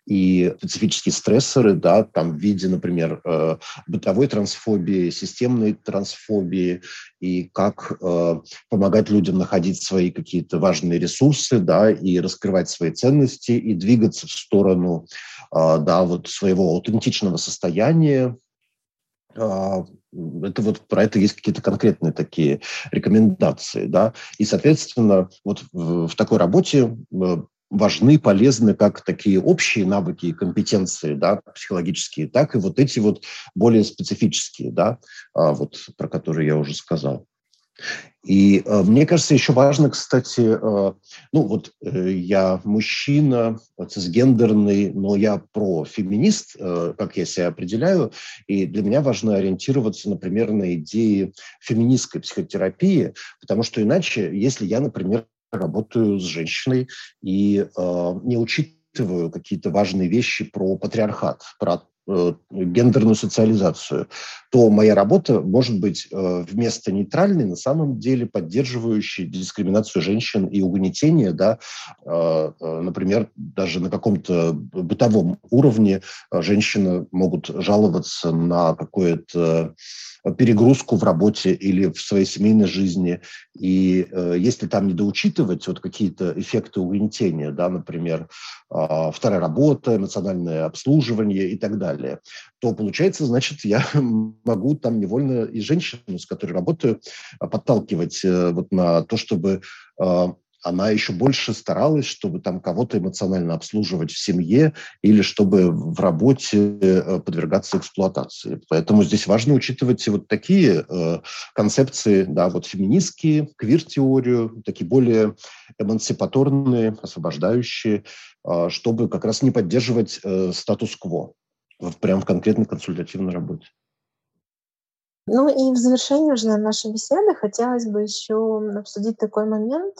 и специфические стрессоры, да, там в виде, например, бытовой трансфобии, системной трансфобии, и как помогать людям находить свои какие-то важные ресурсы, да, и раскрывать свои ценности, и двигаться в сторону, да, вот своего аутентичного состояния. Это вот про это есть какие-то конкретные такие рекомендации, да, и, соответственно, вот в такой работе важны, полезны как такие общие навыки и компетенции, да, психологические, так и вот эти вот более специфические, да, вот про которые я уже сказал. И мне кажется, еще важно, кстати, я мужчина, цисгендерный, но я профеминист, как я себя определяю, и для меня важно ориентироваться, например, на идеи феминистской психотерапии, потому что иначе, если я, например, работаю с женщиной и не учитываю какие-то важные вещи про патриархат, про гендерную социализацию, то моя работа может быть вместо нейтральной на самом деле поддерживающей дискриминацию женщин и угнетение, да, например, даже на каком-то бытовом уровне женщины могут жаловаться на какое-то перегрузку в работе или в своей семейной жизни. И если там недоучитывать вот какие-то эффекты угнетения, да, например, вторая работа, эмоциональное обслуживание и так далее, то получается, значит, я могу там невольно и женщину, с которой работаю, подталкивать вот на то, чтобы она еще больше старалась, чтобы там кого-то эмоционально обслуживать в семье или чтобы в работе подвергаться эксплуатации. Поэтому здесь важно учитывать вот такие концепции, да, вот феминистские, квир-теорию, такие более эмансипаторные, освобождающие, чтобы как раз не поддерживать статус-кво прям в конкретной консультативной работе. Ну и в завершение уже нашей беседы хотелось бы еще обсудить такой момент.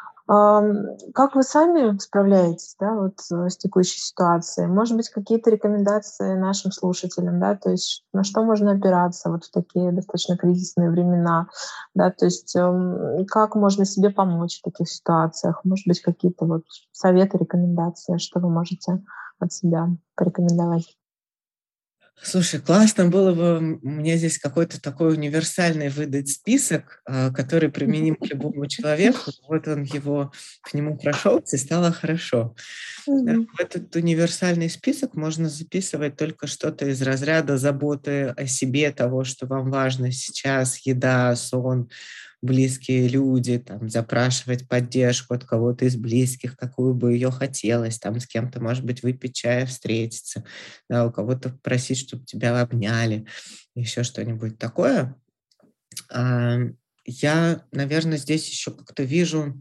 Как вы сами справляетесь, да, вот с текущей ситуацией? Может быть, какие-то рекомендации нашим слушателям, да, то есть на что можно опираться вот в такие достаточно кризисные времена, да, то есть как можно себе помочь в таких ситуациях? Может быть, какие-то вот советы, рекомендации, что вы можете от себя порекомендовать? Слушай, классно было бы мне здесь какой-то такой универсальный выдать список, который применим к любому человеку. Вот он его, к нему прошелся, и стало хорошо. Да, в этот универсальный список можно записывать только что-то из разряда заботы о себе, того, что вам важно сейчас, еда, сон, близкие люди, там, запрашивать поддержку от кого-то из близких, какую бы ее хотелось, там, с кем-то, может быть, выпить чая, встретиться, да, у кого-то просить, чтобы тебя обняли, еще что-нибудь такое. Я, наверное, здесь еще как-то вижу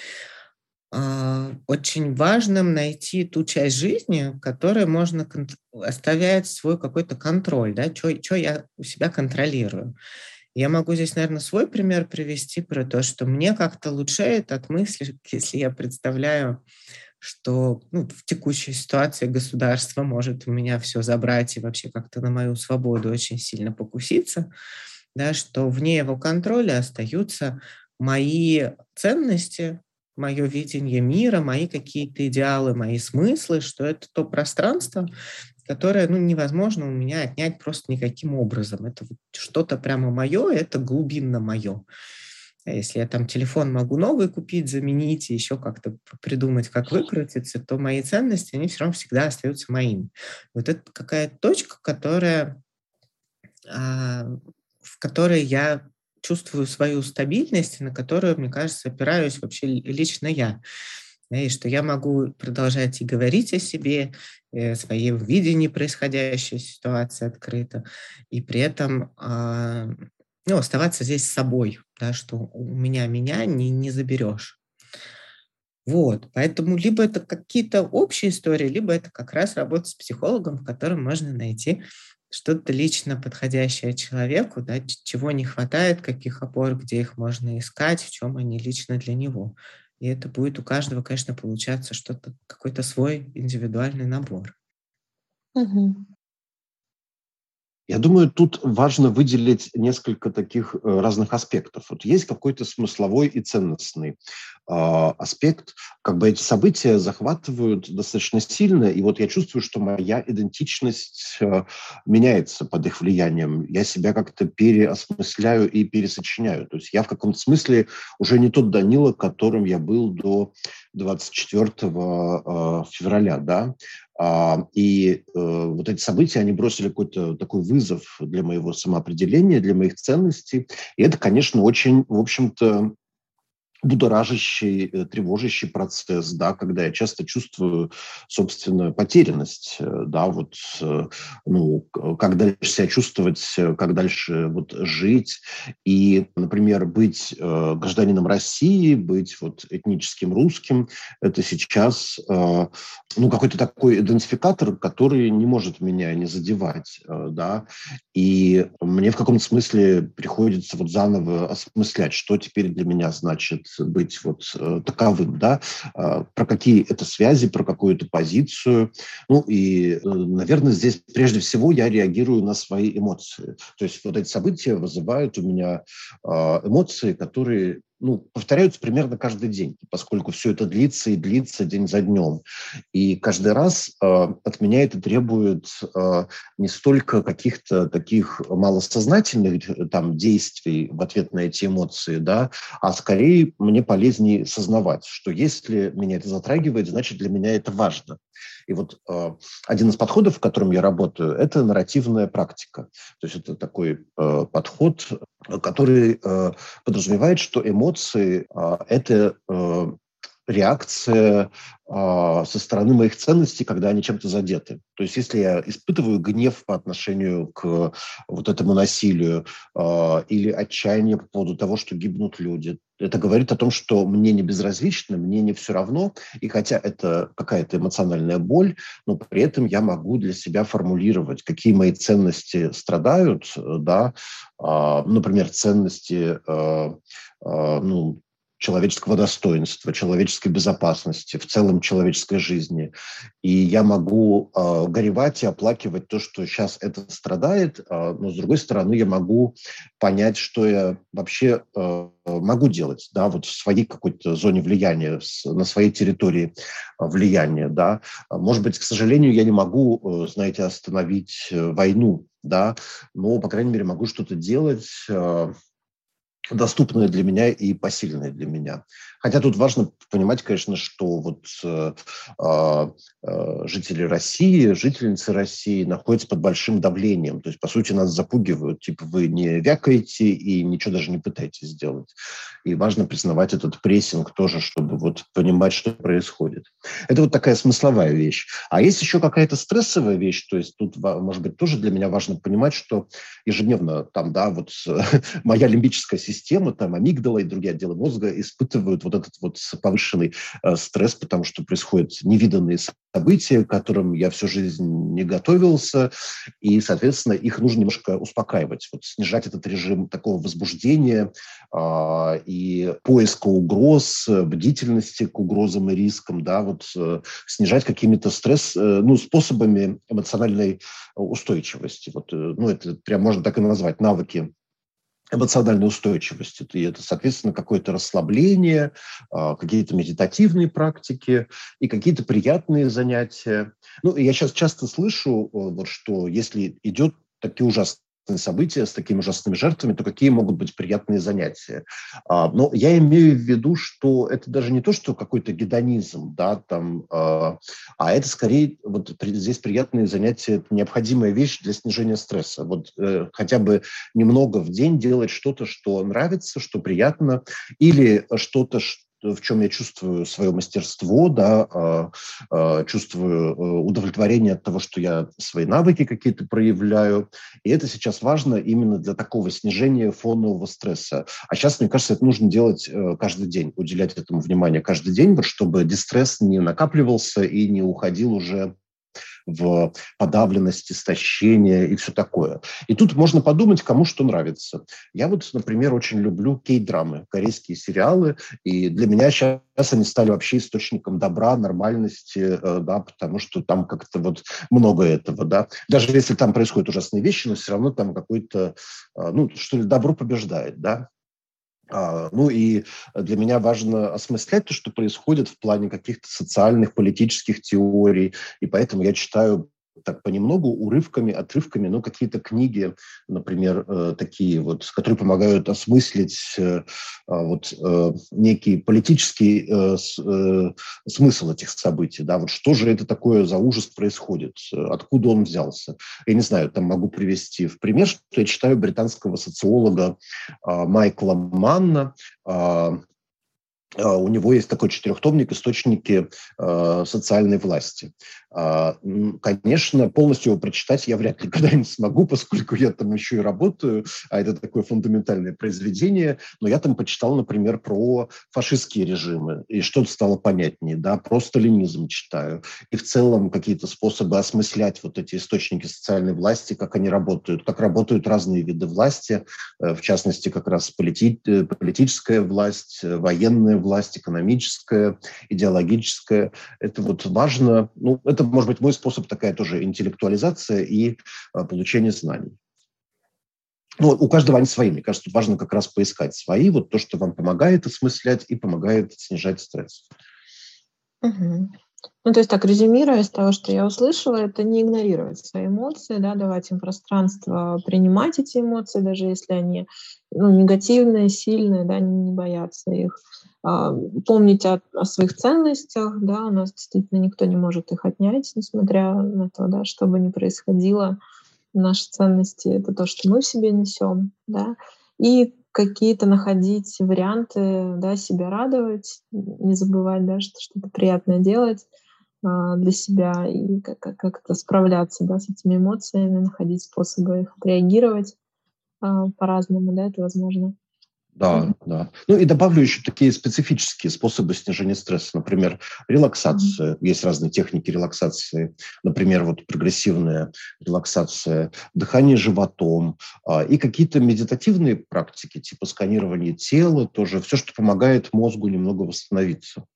очень важным найти ту часть жизни, в которой можно оставлять свой какой-то контроль, да, что я у себя контролирую. Я могу здесь, наверное, свой пример привести про то, что мне как-то лучшеет от мысли, если я представляю, что в текущей ситуации государство может у меня все забрать и вообще как-то на мою свободу очень сильно покуситься, да, что вне его контроля остаются мои ценности, мое видение мира, мои какие-то идеалы, мои смыслы, что это то пространство, которое невозможно у меня отнять просто никаким образом. Это вот что-то прямо мое, это глубинно мое. А если я там телефон могу новый купить, заменить и еще как-то придумать, как выкрутиться, то мои ценности, они все равно всегда остаются моими. Вот это какая-то точка, в которой я чувствую свою стабильность, на которую, мне кажется, опираюсь вообще лично я. И что я могу продолжать и говорить о себе, о своем видении происходящей ситуации открыто, и при этом оставаться здесь собой, да, что у меня не заберешь. Вот, поэтому либо это какие-то общие истории, либо это как раз работа с психологом, в котором можно найти что-то лично подходящее человеку, да, чего не хватает, каких опор, где их можно искать, в чем они лично для него. И это будет у каждого, конечно, получаться что-то, какой-то свой индивидуальный набор. Мгм. Я думаю, тут важно выделить несколько таких разных аспектов. Вот есть какой-то смысловой и ценностный аспект, как бы эти события захватывают достаточно сильно, и вот я чувствую, что моя идентичность меняется под их влиянием. Я себя как-то переосмысляю и пересочиняю. То есть я в каком-то смысле уже не тот Данила, которым я был до 24 февраля, да. И вот эти события, они бросили какой-то такой вызов для моего самоопределения, для моих ценностей. И это, конечно, очень, в общем-то, будоражащий, тревожащий процесс, да, когда я часто чувствую собственную потерянность, да, вот, ну, как дальше себя чувствовать, как дальше вот жить. И, например, быть гражданином России, быть вот этническим русским, это сейчас, ну, какой-то такой идентификатор, который не может меня не задевать, да, и мне в каком-то смысле приходится вот заново осмыслять, что теперь для меня значит быть вот таковым, да, про какие это связи, про какую-то позицию. Ну и, наверное, здесь прежде всего я реагирую на свои эмоции. То есть вот эти события вызывают у меня эмоции, которые, ну, повторяются примерно каждый день, поскольку все это длится и длится день за днем. И каждый раз от меня это требует не столько каких-то таких малосознательных там действий в ответ на эти эмоции, да, а скорее мне полезнее сознавать, что если меня это затрагивает, значит для меня это важно. И вот один из подходов, в котором я работаю, это нарративная практика. То есть это такой подход, который подразумевает, что эмоции это реакция со стороны моих ценностей, когда они чем-то задеты. То есть если я испытываю гнев по отношению к вот этому насилию или отчаяние по поводу того, что гибнут люди, это говорит о том, что мне не безразлично, мне не все равно, и хотя это какая-то эмоциональная боль, но при этом я могу для себя формулировать, какие мои ценности страдают, да, например, ценности, ну, человеческого достоинства, человеческой безопасности, в целом человеческой жизни. И я могу горевать и оплакивать то, что сейчас это страдает, но, с другой стороны, я могу понять, что я вообще могу делать, да, вот в своей какой-то зоне влияния, на своей территории влияния, да. Может быть, к сожалению, я не могу, знаете, остановить войну, да, но, по крайней мере, могу что-то делать, доступное для меня и посильное для меня. Хотя тут важно понимать, конечно, что вот жители России, жительницы России находятся под большим давлением. То есть, по сути, нас запугивают. Типа, вы не вякаете и ничего даже не пытаетесь сделать. И важно признавать этот прессинг тоже, чтобы вот понимать, что происходит. Это вот такая смысловая вещь. А есть еще какая-то стрессовая вещь. То есть тут, может быть, тоже для меня важно понимать, что ежедневно там, да, вот моя лимбическая система, там амигдала и другие отделы мозга испытывают вот этот вот повышенный стресс, потому что происходят невиданные события, к которым я всю жизнь не готовился, и, соответственно, их нужно немножко успокаивать, вот, снижать этот режим такого возбуждения и поиска угроз, бдительности к угрозам и рискам, да, вот снижать какими-то способами эмоциональной устойчивости. Вот, ну, это прям можно так и назвать, навыки эмоциональной устойчивости. И это, соответственно, какое-то расслабление, какие-то медитативные практики и какие-то приятные занятия. Ну, я сейчас часто слышу, вот, что если идет такие ужасные события с такими ужасными жертвами, то какие могут быть приятные занятия. Но я имею в виду, что это даже не то, что какой-то гедонизм, да, там, а это скорее вот здесь приятные занятия, это необходимая вещь для снижения стресса. Вот хотя бы немного в день делать что-то, что нравится, что приятно, или что-то, в чем я чувствую свое мастерство, да, чувствую удовлетворение от того, что я свои навыки какие-то проявляю. И это сейчас важно именно для такого снижения фонового стресса. А сейчас, мне кажется, это нужно делать каждый день, уделять этому внимание каждый день, чтобы дистресс не накапливался и не уходил уже в подавленность, истощение и все такое. И тут можно подумать, кому что нравится. Я вот, например, очень люблю кей-драмы, корейские сериалы, и для меня сейчас они стали вообще источником добра, нормальности, да, потому что там как-то вот много этого, да. Даже если там происходят ужасные вещи, но все равно там какой-то, ну, что ли, добро побеждает, да. Ну и для меня важно осмыслять то, что происходит в плане каких-то социальных, политических теорий, и поэтому я читаю так понемногу, урывками, отрывками, но какие-то книги, например, такие вот, которые помогают осмыслить некий политический смысл этих событий, да, вот что же это такое за ужас происходит, откуда он взялся. Я не знаю, там могу привести в пример, что я читаю британского социолога Майкла Манна. У него есть такой 4-томник «Источники социальной власти». Конечно, полностью его прочитать я вряд ли когда-нибудь смогу, поскольку я там еще и работаю, а это такое фундаментальное произведение. Но я там почитал, например, про фашистские режимы, и что-то стало понятнее, да, про сталинизм читаю. И в целом какие-то способы осмыслять вот эти источники социальной власти, как они работают, как работают разные виды власти, в частности, как раз политическая власть, военная власть, экономическая, идеологическая. Это вот важно. Ну, это, может быть, мой способ, такая тоже интеллектуализация и получение знаний. Ну, у каждого они свои. Мне кажется, тут важно как раз поискать свои, вот то, что вам помогает осмыслять и помогает снижать стресс. Угу. Ну, то есть так, резюмируя из того, что я услышала, это не игнорировать свои эмоции, да, давать им пространство, принимать эти эмоции, даже если они негативные, сильные, да, не бояться их. Помнить о своих ценностях, да, у нас действительно никто не может их отнять, несмотря на то, да, что бы ни происходило. Наши ценности — это то, что мы в себе несем, да, и какие-то находить варианты, да, себя радовать, не забывать, да, что что-то приятное делать для себя и как-то справляться, да, с этими эмоциями, находить способы их отреагировать по-разному, да, это возможно. Да, да. Ну и добавлю еще такие специфические способы снижения стресса. Например, релаксация. Есть разные техники релаксации. Например, вот прогрессивная релаксация, дыхание животом и какие-то медитативные практики, типа сканирования тела, тоже все, что помогает мозгу немного восстановиться.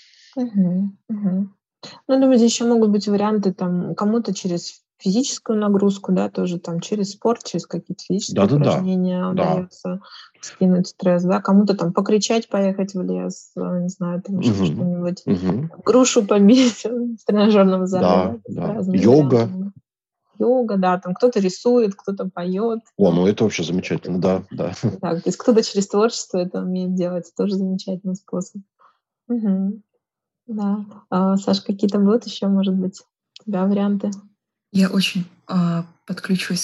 Угу. Ну, думаю, здесь еще могут быть варианты, там, кому-то через физическую нагрузку, да, тоже там через спорт, через какие-то физические упражнения удается скинуть стресс, да, кому-то там покричать, поехать в лес, не знаю, там еще что-нибудь, грушу побить в тренажерном зале, да. Йога. Йога, да, там кто-то рисует, кто-то поет. Ну это вообще замечательно, да. Да, то есть кто-то через творчество это умеет делать, тоже замечательный способ. Угу. Да. Саш, какие-то будут еще, может быть, у тебя варианты? Я очень подключусь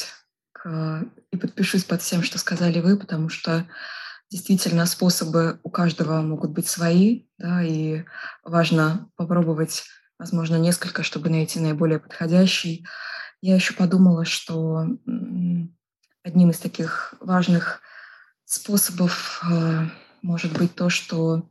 и подпишусь под всем, что сказали вы, потому что действительно способы у каждого могут быть свои, да, и важно попробовать, возможно, несколько, чтобы найти наиболее подходящий. Я еще подумала, что одним из таких важных способов может быть то, что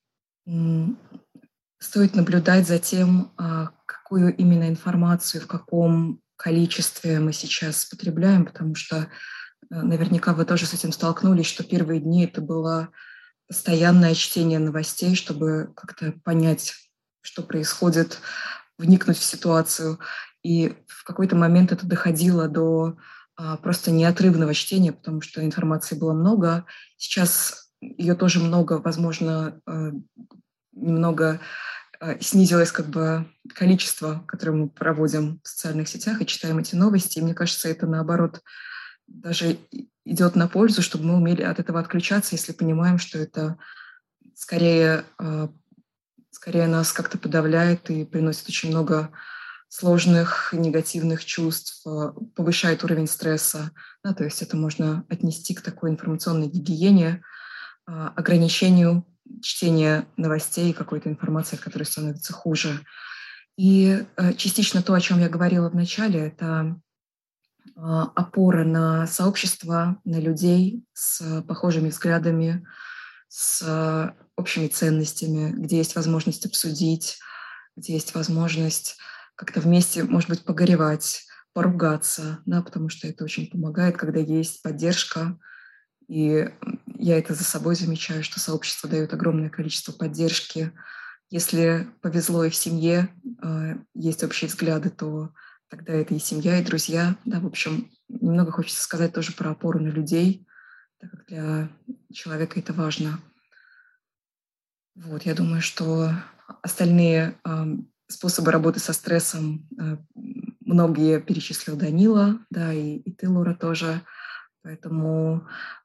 стоит наблюдать за тем, какую именно информацию, в каком количестве мы сейчас потребляем, потому что наверняка вы тоже с этим столкнулись, что первые дни это было постоянное чтение новостей, чтобы как-то понять, что происходит, вникнуть в ситуацию. И в какой-то момент это доходило до просто неотрывного чтения, потому что информации было много. Сейчас ее тоже много, возможно, немного снизилось как бы количество, которое мы проводим в социальных сетях и читаем эти новости. И мне кажется, это наоборот даже идет на пользу, чтобы мы умели от этого отключаться, если понимаем, что это скорее нас как-то подавляет и приносит очень много сложных негативных чувств, повышает уровень стресса. Да, то есть это можно отнести к такой информационной гигиене, ограничению чтения новостей, какой-то информации, которая становится хуже. И частично то, о чем я говорила в начале, это опора на сообщество, на людей с похожими взглядами, с общими ценностями, где есть возможность обсудить, где есть возможность как-то вместе, может быть, погоревать, поругаться, да, потому что это очень помогает, когда есть поддержка. И я это за собой замечаю, что сообщество дает огромное количество поддержки. Если повезло и в семье есть общие взгляды, то тогда это и семья, и друзья. Да, в общем, немного хочется сказать тоже про опору на людей, так как для человека это важно. Вот, я думаю, что остальные способы работы со стрессом многие перечислил Данила, да, и ты, Лора, тоже. Поэтому,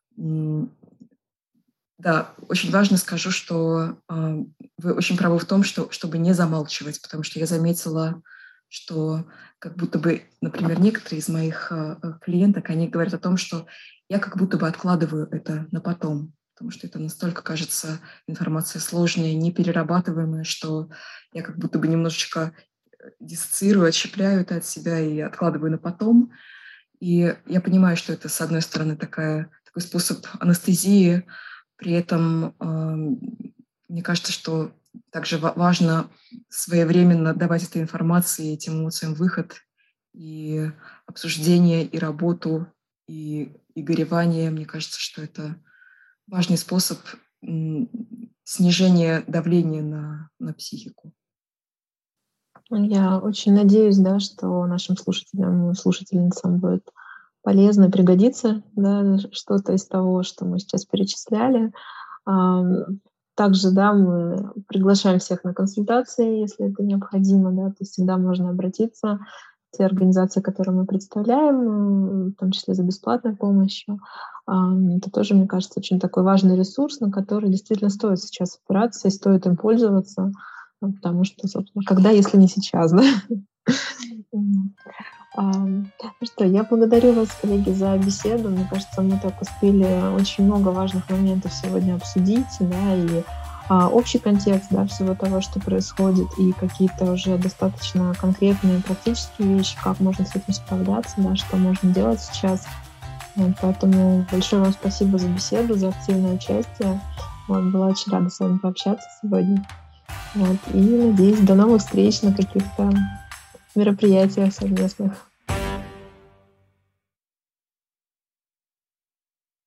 да, очень важно скажу, что вы очень правы в том, чтобы не замалчивать, потому что я заметила, что как будто бы, например, некоторые из моих клиенток, они говорят о том, что я как будто бы откладываю это на потом, потому что это настолько, кажется, информация сложная, неперерабатываемая, что я как будто бы немножечко диссоциирую, отщепляю это от себя и откладываю на потом. И я понимаю, что это, с одной стороны, такой способ анестезии, при этом мне кажется, что также важно своевременно давать этой информации, этим эмоциям выход, и обсуждение, и работу, и горевание. Мне кажется, что это важный способ снижения давления на психику. Я очень надеюсь, да, что нашим слушателям и слушательницам будет полезно и пригодится, да, что-то из того, что мы сейчас перечисляли. Также, да, мы приглашаем всех на консультации, если это необходимо, да, то есть всегда можно обратиться в те организации, которые мы представляем, в том числе за бесплатной помощью. Это тоже, мне кажется, очень такой важный ресурс, на который действительно стоит сейчас опираться и стоит им пользоваться, потому что, собственно, когда, если не сейчас, да? Ну что, я благодарю вас, коллеги, за беседу. Мне кажется, мы так успели очень много важных моментов сегодня обсудить, да, и общий контекст, да, всего того, что происходит, и какие-то уже достаточно конкретные практические вещи, как можно с этим справляться, да, что можно делать сейчас. Вот, поэтому большое вам спасибо за беседу, за активное участие. Вот, была очень рада с вами пообщаться сегодня. Вот, и надеюсь, до новых встреч на каких-то мероприятиях совместных.